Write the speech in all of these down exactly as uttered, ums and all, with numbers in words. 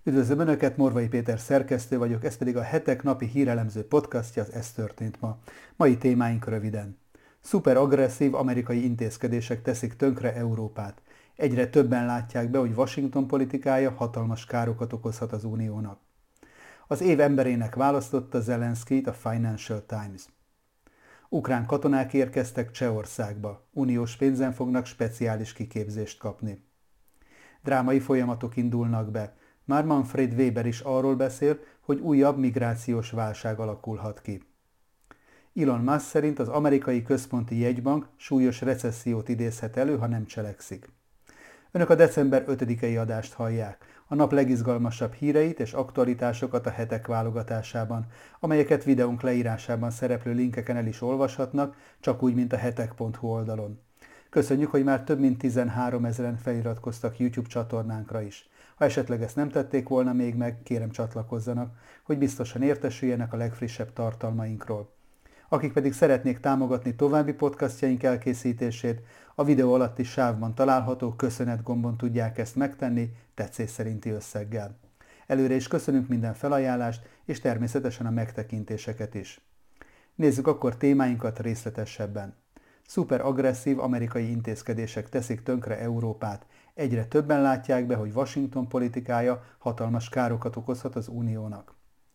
Üdvözlöm Önöket, Morvai Péter szerkesztő vagyok, ez pedig a Hetek napi hírelemző podcastja, az Ez történt ma. Mai témáink röviden. Szuper agresszív amerikai intézkedések teszik tönkre Európát. Egyre többen látják be, hogy Washington politikája hatalmas károkat okozhat az Uniónak. Az év emberének választotta Zelenszkijt a Financial Times. Ukrán katonák érkeztek Csehországba. Uniós pénzen fognak speciális kiképzést kapni. Drámai folyamatok indulnak be. Már Manfred Weber is arról beszél, hogy újabb migrációs válság alakulhat ki. Elon Musk szerint az amerikai központi jegybank súlyos recessziót idézhet elő, ha nem cselekszik. Önök a december ötödikei adást hallják, a nap legizgalmasabb híreit és aktualitásokat a Hetek válogatásában, amelyeket videónk leírásában szereplő linkeken el is olvashatnak, csak úgy, mint a hetek pont hu oldalon. Köszönjük, hogy már több mint tizenháromezren feliratkoztak YouTube csatornánkra is. Ha esetleg ezt nem tették volna még meg, kérem csatlakozzanak, hogy biztosan értesüljenek a legfrissebb tartalmainkról. Akik pedig szeretnék támogatni további podcastjaink elkészítését, a videó alatti sávban található köszönet gombon tudják ezt megtenni tetszés szerinti összeggel. Előre is köszönünk minden felajánlást, és természetesen a megtekintéseket is. Nézzük akkor témáinkat részletesebben. Szuper agresszív amerikai intézkedések teszik tönkre Európát. Egyre többen látják be, hogy Washington politikája hatalmas károkat okozhat az Uniónak.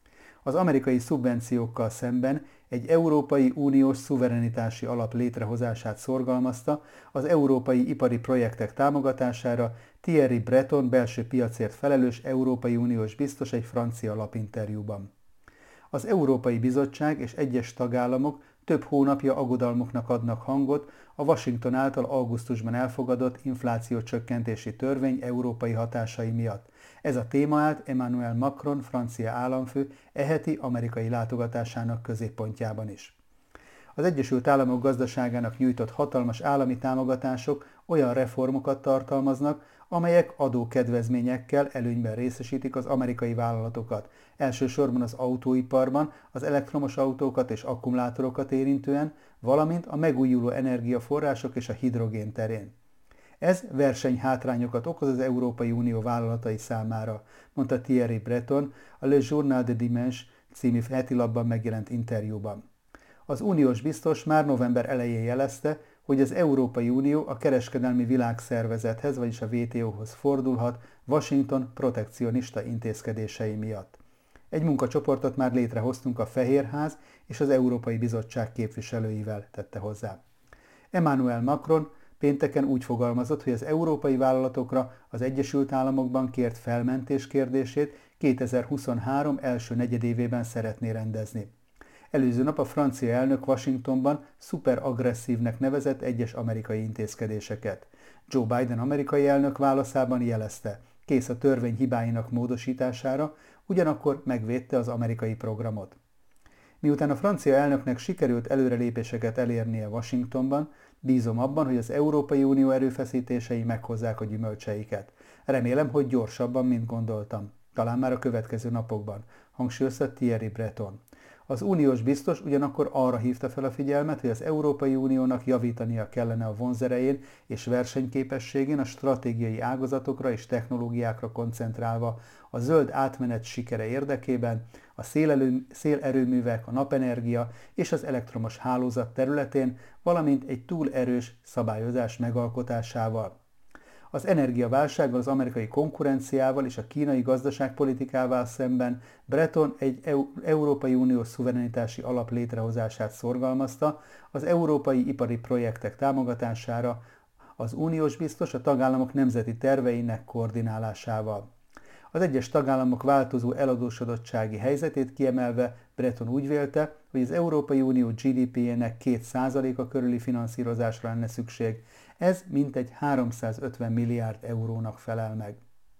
Az amerikai szubvenciókkal szemben egy Európai Uniós szuverenitási alap létrehozását szorgalmazta az európai ipari projektek támogatására Thierry Breton belső piacért felelős Európai Uniós biztos egy francia lapinterjúban. Az Európai Bizottság és egyes tagállamok több hónapja aggodalmuknak adnak hangot a Washington által augusztusban elfogadott inflációcsökkentési törvény európai hatásai miatt. Ez a téma állt Emmanuel Macron francia államfő e heti amerikai látogatásának középpontjában is. Az Egyesült Államok gazdaságának nyújtott hatalmas állami támogatások olyan reformokat tartalmaznak, amelyek adókedvezményekkel előnyben részesítik az amerikai vállalatokat, elsősorban az autóiparban, az elektromos autókat és akkumulátorokat érintően, valamint a megújuló energiaforrások és a hidrogén terén. Ez versenyhátrányokat okoz az Európai Unió vállalatai számára, mondta Thierry Breton a Le Journal de Dimanche című hetilapban megjelent interjúban. Az uniós biztos már november elején jelezte, hogy az Európai Unió a Kereskedelmi Világszervezethez, vagyis a vé té ó-hoz fordulhat Washington protekcionista intézkedései miatt. Egy munkacsoportot már létrehoztunk a Fehérház és az Európai Bizottság képviselőivel, tette hozzá. Emmanuel Macron pénteken úgy fogalmazott, hogy az európai vállalatokra az Egyesült Államokban kért felmentés kérdését kétezer-huszonhárom első negyedévében szeretné rendezni. Előző nap a francia elnök Washingtonban szuperagresszívnek nevezett egyes amerikai intézkedéseket. Joe Biden amerikai elnök válaszában jelezte, kész a törvény hibáinak módosítására, ugyanakkor megvédte az amerikai programot. Miután a francia elnöknek sikerült előrelépéseket elérnie Washingtonban, bízom abban, hogy az Európai Unió erőfeszítései meghozzák a gyümölcseiket. Remélem, hogy gyorsabban, mint gondoltam. Talán már a következő napokban, hangsúlyozta Thierry Breton. Az uniós biztos ugyanakkor arra hívta fel a figyelmet, hogy az Európai Uniónak javítania kellene a vonzerején és versenyképességén a stratégiai ágazatokra és technológiákra koncentrálva a zöld átmenet sikere érdekében, a szélelő, szélerőművek, a napenergia és az elektromos hálózat területén, valamint egy túl erős szabályozás megalkotásával. Az energiaválsággal, az amerikai konkurenciával és a kínai gazdaságpolitikával szemben Breton egy Európai Uniós szuverenitási alap létrehozását szorgalmazta az európai ipari projektek támogatására, az uniós biztos a tagállamok nemzeti terveinek koordinálásával. Az egyes tagállamok változó eladósodottsági helyzetét kiemelve Breton úgy vélte, hogy az Európai Unió gé dé pé-jének két százaléka körüli finanszírozásra lenne szükség, ez mintegy háromszázötven milliárd eurónak felel meg.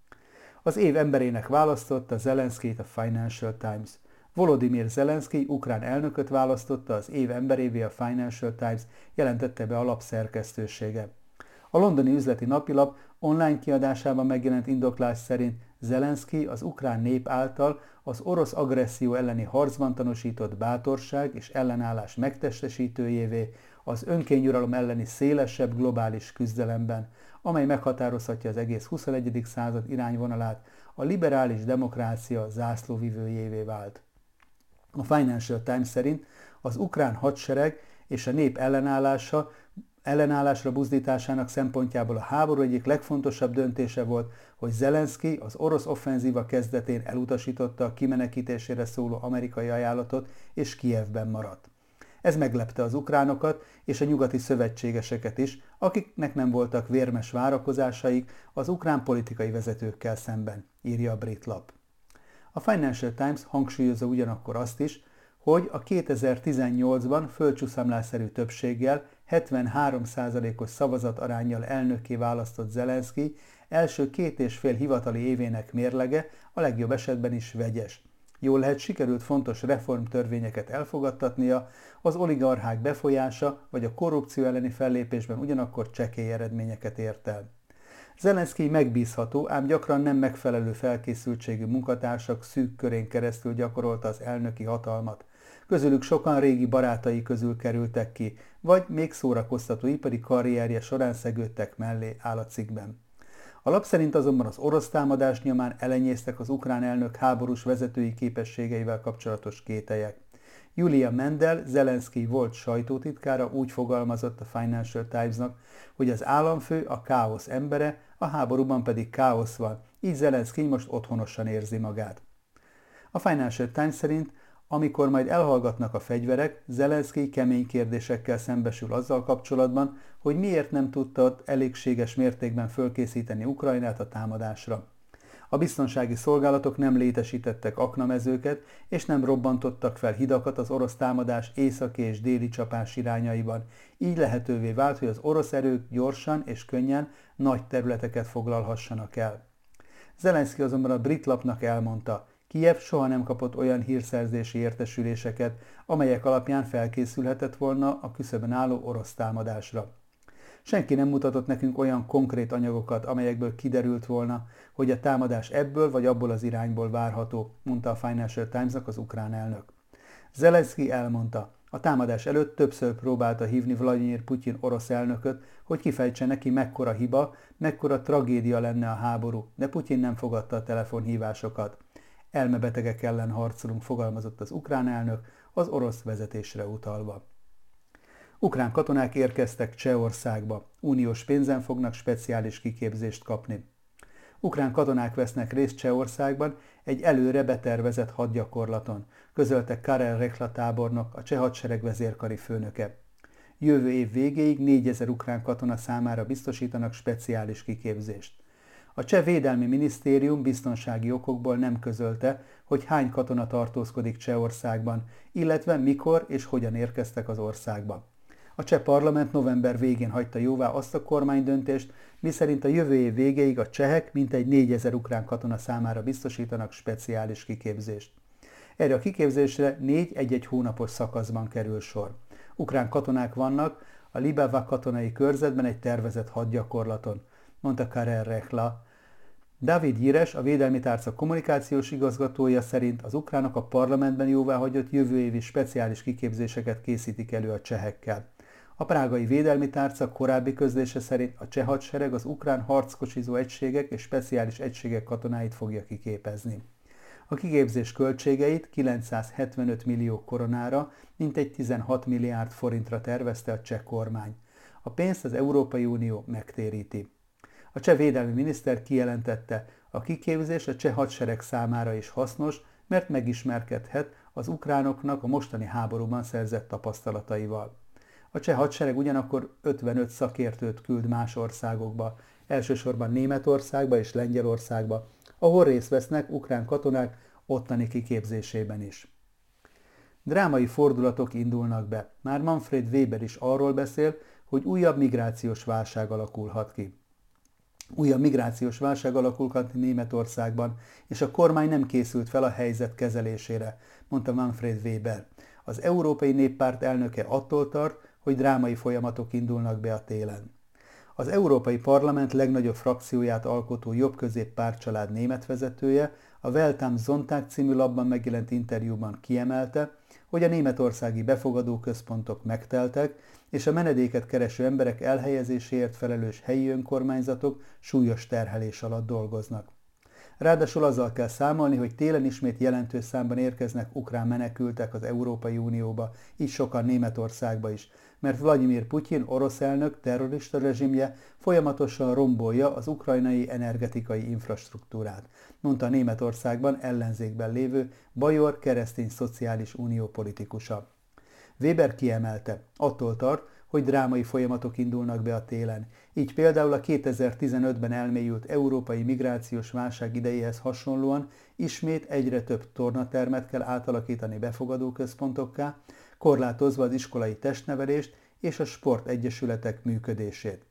Az év emberének választotta Zelenszkijt a Financial Times. Volodymyr Zelenszkij ukrán elnököt választotta az év emberévé a Financial Times, jelentette be a lap szerkesztősége. A londoni üzleti napilap online kiadásában megjelent indoklás szerint Zelenszkij az ukrán nép által az orosz agresszió elleni harcban tanúsított bátorság és ellenállás megtestesítőjévé az önkényuralom elleni szélesebb globális küzdelemben, amely meghatározhatja az egész huszonegyedik század irányvonalát, a liberális demokrácia zászlóvivőjévé vált. A Financial Times szerint az ukrán hadsereg és a nép ellenállása ellenállásra buzdításának szempontjából a háború egyik legfontosabb döntése volt, hogy Zelenszkij az orosz offenzíva kezdetén elutasította a kimenekítésére szóló amerikai ajánlatot, és Kijevben maradt. Ez meglepte az ukránokat és a nyugati szövetségeseket is, akiknek nem voltak vérmes várakozásaik az ukrán politikai vezetőkkel szemben, írja a brit lap. A Financial Times hangsúlyozza ugyanakkor azt is, hogy a kétezer-tizennyolcban földcsúszamlásszerű többséggel, hetvenhárom százalékos szavazataránnyal elnökké választott Zelenszkij első két és fél hivatali évének mérlege a legjobb esetben is vegyes. Jól lehet, sikerült fontos reformtörvényeket elfogadtatnia, az oligarchák befolyása vagy a korrupció elleni fellépésben ugyanakkor csekély eredményeket ért el. Zelenszkij megbízható, ám gyakran nem megfelelő felkészültségű munkatársak szűk körén keresztül gyakorolta az elnöki hatalmat. Közülük sokan régi barátai közül kerültek ki, vagy még szórakoztató ipari karrierje során szegődtek mellé, áll a cikkben. A lap szerint azonban az orosz támadás nyomán elenyésztek az ukrán elnök háborús vezetői képességeivel kapcsolatos kételyek. Julia Mendel, Zelenszkij volt sajtótitkára úgy fogalmazott a Financial Timesnak, hogy az államfő a káosz embere, a háborúban pedig káosz van, így Zelenszkij most otthonosan érzi magát. A Financial Times szerint, amikor majd elhallgatnak a fegyverek, Zelenszkij kemény kérdésekkel szembesül azzal kapcsolatban, hogy miért nem tudta elégséges mértékben fölkészíteni Ukrajnát a támadásra. A biztonsági szolgálatok nem létesítettek aknamezőket, és nem robbantottak fel hidakat az orosz támadás északi és déli csapás irányaiban. Így lehetővé vált, hogy az orosz erők gyorsan és könnyen nagy területeket foglalhassanak el. Zelenszkij azonban a brit lapnak elmondta, Kijev soha nem kapott olyan hírszerzési értesüléseket, amelyek alapján felkészülhetett volna a küszöbön álló orosz támadásra. Senki nem mutatott nekünk olyan konkrét anyagokat, amelyekből kiderült volna, hogy a támadás ebből vagy abból az irányból várható, mondta a Financial Timesnak az ukrán elnök. Zelenszkij elmondta, a támadás előtt többször próbálta hívni Vladimir Putyin orosz elnököt, hogy kifejtse neki, mekkora hiba, mekkora tragédia lenne a háború, de Putyin nem fogadta a telefonhívásokat. Elmebetegek ellen harcolunk, fogalmazott az ukrán elnök, az orosz vezetésre utalva. Ukrán katonák érkeztek Csehországba, uniós pénzen fognak speciális kiképzést kapni. Ukrán katonák vesznek részt Csehországban egy előre betervezett hadgyakorlaton, közölte Karel Rekla tábornok, a cseh hadsereg vezérkari főnöke. Jövő év végéig négyezer ukrán katona számára biztosítanak speciális kiképzést. A cseh védelmi minisztérium biztonsági okokból nem közölte, hogy hány katona tartózkodik Csehországban, illetve mikor és hogyan érkeztek az országba. A cseh parlament november végén hagyta jóvá azt a kormánydöntést, miszerint a jövő év végéig a csehek mintegy négyezer ukrán katona számára biztosítanak speciális kiképzést. Erre a kiképzésre négy egy-egy hónapos szakaszban kerül sor. Ukrán katonák vannak a Libava katonai körzetben egy tervezett hadgyakorlaton, mondta Karel Rekla. David Jires, a Védelmi Tárca kommunikációs igazgatója szerint az ukránok a parlamentben jóváhagyott jövő évi speciális kiképzéseket készítik elő a csehekkel. A prágai Védelmi Tárca korábbi közlése szerint a cseh hadsereg az ukrán harckocsizó egységek és speciális egységek katonáit fogja kiképezni. A kiképzés költségeit kilencszázhetvenöt millió koronára, mintegy tizenhat milliárd forintra tervezte a cseh kormány. A pénzt az Európai Unió megtéríti. A cseh védelmi miniszter kijelentette, a kiképzés a cseh hadsereg számára is hasznos, mert megismerkedhet az ukránoknak a mostani háborúban szerzett tapasztalataival. A cseh hadsereg ugyanakkor ötvenöt szakértőt küld más országokba, elsősorban Németországba és Lengyelországba, ahol részt vesznek ukrán katonák ottani kiképzésében is. Drámai fordulatok indulnak be. Már Manfred Weber is arról beszél, hogy újabb migrációs válság alakulhat ki. Újabb migrációs válság alakulhat ki Németországban, és a kormány nem készült fel a helyzet kezelésére, mondta Manfred Weber. Az Európai Néppárt elnöke attól tart, hogy drámai folyamatok indulnak be a télen. Az Európai Parlament legnagyobb frakcióját alkotó jobb-közép pártcsalád német vezetője a Welt am Sonntag című lapban megjelent interjúban kiemelte, hogy a németországi befogadóközpontok megteltek, és a menedéket kereső emberek elhelyezéséért felelős helyi önkormányzatok súlyos terhelés alatt dolgoznak. Ráadásul azzal kell számolni, hogy télen ismét jelentős számban érkeznek ukrán menekültek az Európai Unióba, így sokan Németországba is, mert Vladimir Putyin orosz elnök terrorista rezsimje folyamatosan rombolja az ukrajnai energetikai infrastruktúrát, mondta a Németországban ellenzékben lévő Bajor Keresztény Szociális Unió politikusa. Weber kiemelte, attól tart, hogy drámai folyamatok indulnak be a télen. Így például a kétezer-tizenötben elmélyült európai migrációs válság idejéhez hasonlóan ismét egyre több tornatermet kell átalakítani befogadóközpontokká, korlátozva az iskolai testnevelést és a sportegyesületek működését.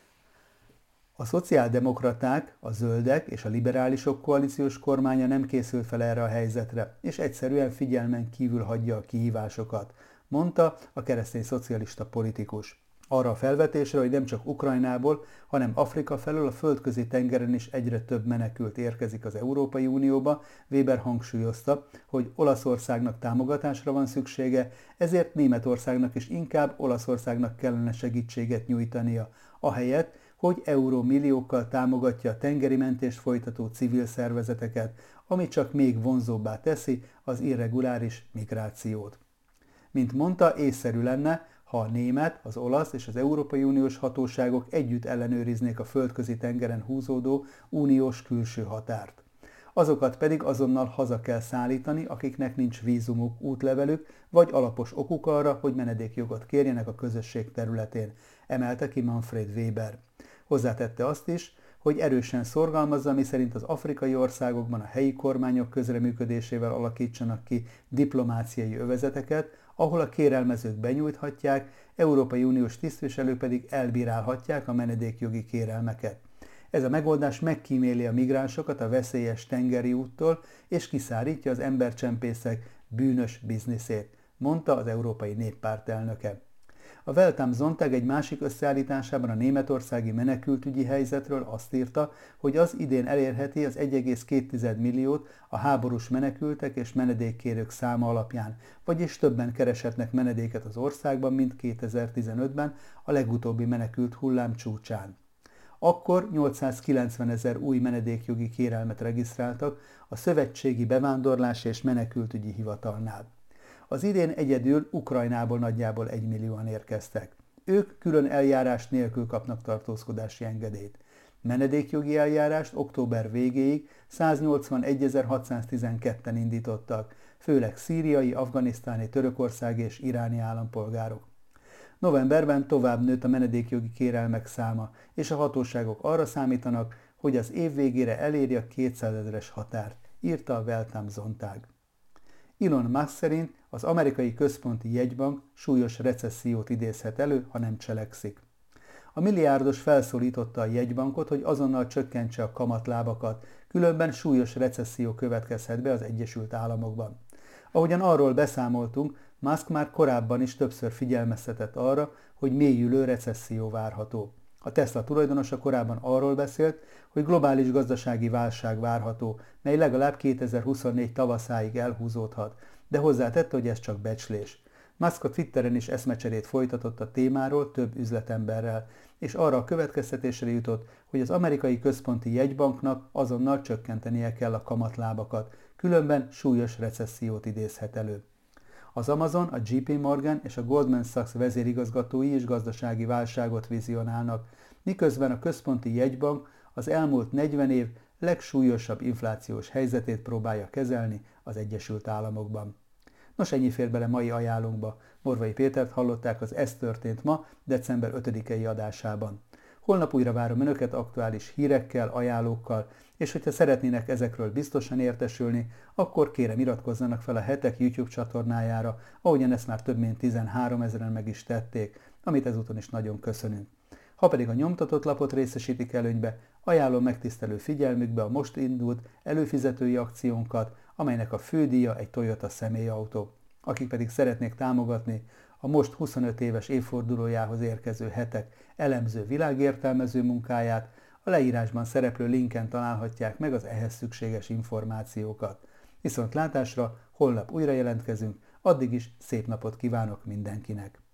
A szociáldemokraták, a zöldek és a liberálisok koalíciós kormánya nem készült fel erre a helyzetre, és egyszerűen figyelmen kívül hagyja a kihívásokat, mondta a keresztény szocialista politikus. Arra a felvetésre, hogy nem csak Ukrajnából, hanem Afrika felől a földközi tengeren is egyre több menekült érkezik az Európai Unióba, Weber hangsúlyozta, hogy Olaszországnak támogatásra van szüksége, ezért Németországnak is inkább Olaszországnak kellene segítséget nyújtania, ahelyett, hogy eurómilliókkal támogatja a tengeri mentést folytató civil szervezeteket, ami csak még vonzóbbá teszi az irreguláris migrációt. Mint mondta, észszerű lenne, ha a német, az olasz és az Európai Uniós hatóságok együtt ellenőriznék a földközi tengeren húzódó uniós külső határt. Azokat pedig azonnal haza kell szállítani, akiknek nincs vízumuk, útlevelük, vagy alapos okuk arra, hogy menedékjogot kérjenek a közösség területén, emelte ki Manfred Weber. Hozzátette azt is, hogy erősen szorgalmazza, miszerint az afrikai országokban a helyi kormányok közreműködésével alakítsanak ki diplomáciai övezeteket, ahol a kérelmezők benyújthatják, Európai Uniós tisztviselők pedig elbírálhatják a menedékjogi kérelmeket. Ez a megoldás megkíméli a migránsokat a veszélyes tengeri úttól, és kiszárítja az embercsempészek bűnös bizniszét, mondta az Európai Néppárt elnöke. A Welt am Sonntag egy másik összeállításában a németországi menekültügyi helyzetről azt írta, hogy az idén elérheti az egy egész két milliót a háborús menekültek és menedékkérők száma alapján, vagyis többen kereshetnek menedéket az országban, mint kétezer-tizenötben a legutóbbi menekült hullám csúcsán. Akkor nyolcszázkilencvenezer új menedékjogi kérelmet regisztráltak a Szövetségi Bevándorlási és Menekültügyi Hivatalnál. Az idén egyedül Ukrajnából nagyjából egymillióan érkeztek. Ők külön eljárás nélkül kapnak tartózkodási engedélyt. Menedékjogi eljárást október végéig száznyolcvanegyezer-hatszáztizenketten indítottak, főleg szíriai, afganisztáni, törökországi és iráni állampolgárok. Novemberben tovább nőtt a menedékjogi kérelmek száma, és a hatóságok arra számítanak, hogy az év végére eléri a kétszázezres határt, írta a Welt am Sonntag. Elon Musk szerint az amerikai központi jegybank súlyos recessziót idézhet elő, ha nem cselekszik. A milliárdos felszólította a jegybankot, hogy azonnal csökkentse a kamatlábakat, különben súlyos recesszió következhet be az Egyesült Államokban. Ahogyan arról beszámoltunk, Musk már korábban is többször figyelmeztetett arra, hogy mélyülő recesszió várható. A Tesla tulajdonosa korábban arról beszélt, hogy globális gazdasági válság várható, mely legalább kétezer-huszonnégy tavaszáig elhúzódhat, de hozzátette, hogy ez csak becslés. Musk a Twitteren is eszmecserét folytatott a témáról több üzletemberrel, és arra a következtetésre jutott, hogy az amerikai központi jegybanknak azonnal csökkentenie kell a kamatlábakat, különben súlyos recessziót idézhet elő. Az Amazon, a J P Morgan és a Goldman Sachs vezérigazgatói is gazdasági válságot vizionálnak, miközben a központi jegybank az elmúlt negyven év legsúlyosabb inflációs helyzetét próbálja kezelni az Egyesült Államokban. Nos, ennyi fér bele mai ajánlónkba. Morvai Pétert hallották az Ez történt ma, december ötödikei adásában. Holnap újra várom Önöket aktuális hírekkel, ajánlókkal, és hogyha szeretnének ezekről biztosan értesülni, akkor kérem iratkozzanak fel a Hetek YouTube csatornájára, ahogyan ezt már több mint tizenháromezren meg is tették, amit ezúton is nagyon köszönünk. Ha pedig a nyomtatott lapot részesítik előnybe, ajánlom megtisztelő figyelmükbe a most indult előfizetői akciónkat, amelynek a fődíja egy Toyota személyautó. Akik pedig szeretnék támogatni a most huszonöt éves évfordulójához érkező Hetek elemző világértelmező munkáját, a leírásban szereplő linken találhatják meg az ehhez szükséges információkat. Viszontlátásra holnap újra jelentkezünk, addig is szép napot kívánok mindenkinek!